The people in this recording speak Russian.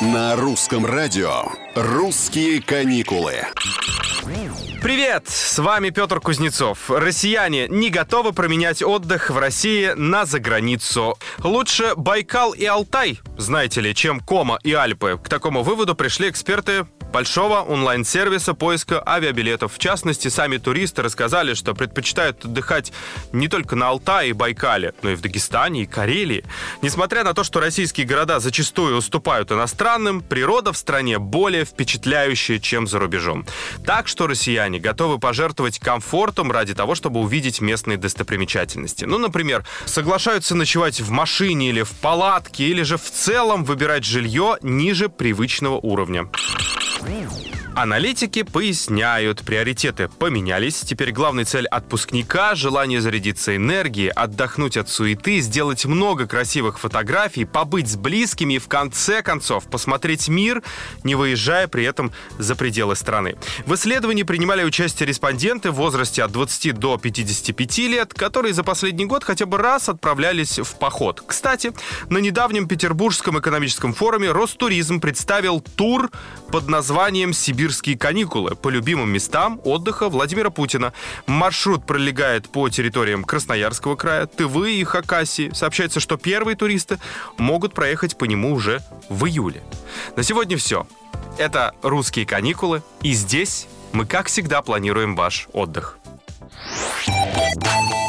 На русском радио «Русские каникулы». Привет! С вами Петр Кузнецов. Россияне не готовы променять отдых в России на заграницу. Лучше Байкал и Алтай, знаете ли, чем Кома и Альпы. К такому выводу пришли эксперты большого онлайн-сервиса поиска авиабилетов. В частности, сами туристы рассказали, что предпочитают отдыхать не только на Алтае и Байкале, но и в Дагестане и Карелии. Несмотря на то, что российские города зачастую уступают иностранным, природа в стране более впечатляющая, чем за рубежом. Так что россияне готовы пожертвовать комфортом ради того, чтобы увидеть местные достопримечательности. Ну, например, соглашаются ночевать в машине или в палатке, или же в целом выбирать жилье ниже привычного уровня. Аналитики поясняют, приоритеты поменялись. Теперь главная цель отпускника — желание зарядиться энергией, отдохнуть от суеты, сделать много красивых фотографий, побыть с близкими и, в конце концов, посмотреть мир, не выезжая при этом за пределы страны. В исследовании принимали участие респонденты в возрасте от 20 до 55 лет, которые за последний год хотя бы раз отправлялись в поход. Кстати, на недавнем Петербургском экономическом форуме Ростуризм представил тур под названием «Сибирские каникулы» по любимым местам отдыха Владимира Путина. Маршрут пролегает по территориям Красноярского края, Тывы и Хакасии. Сообщается, что первые туристы могут проехать по нему уже в июле. На сегодня все. Это «Русские каникулы», и здесь мы, как всегда, планируем ваш отдых.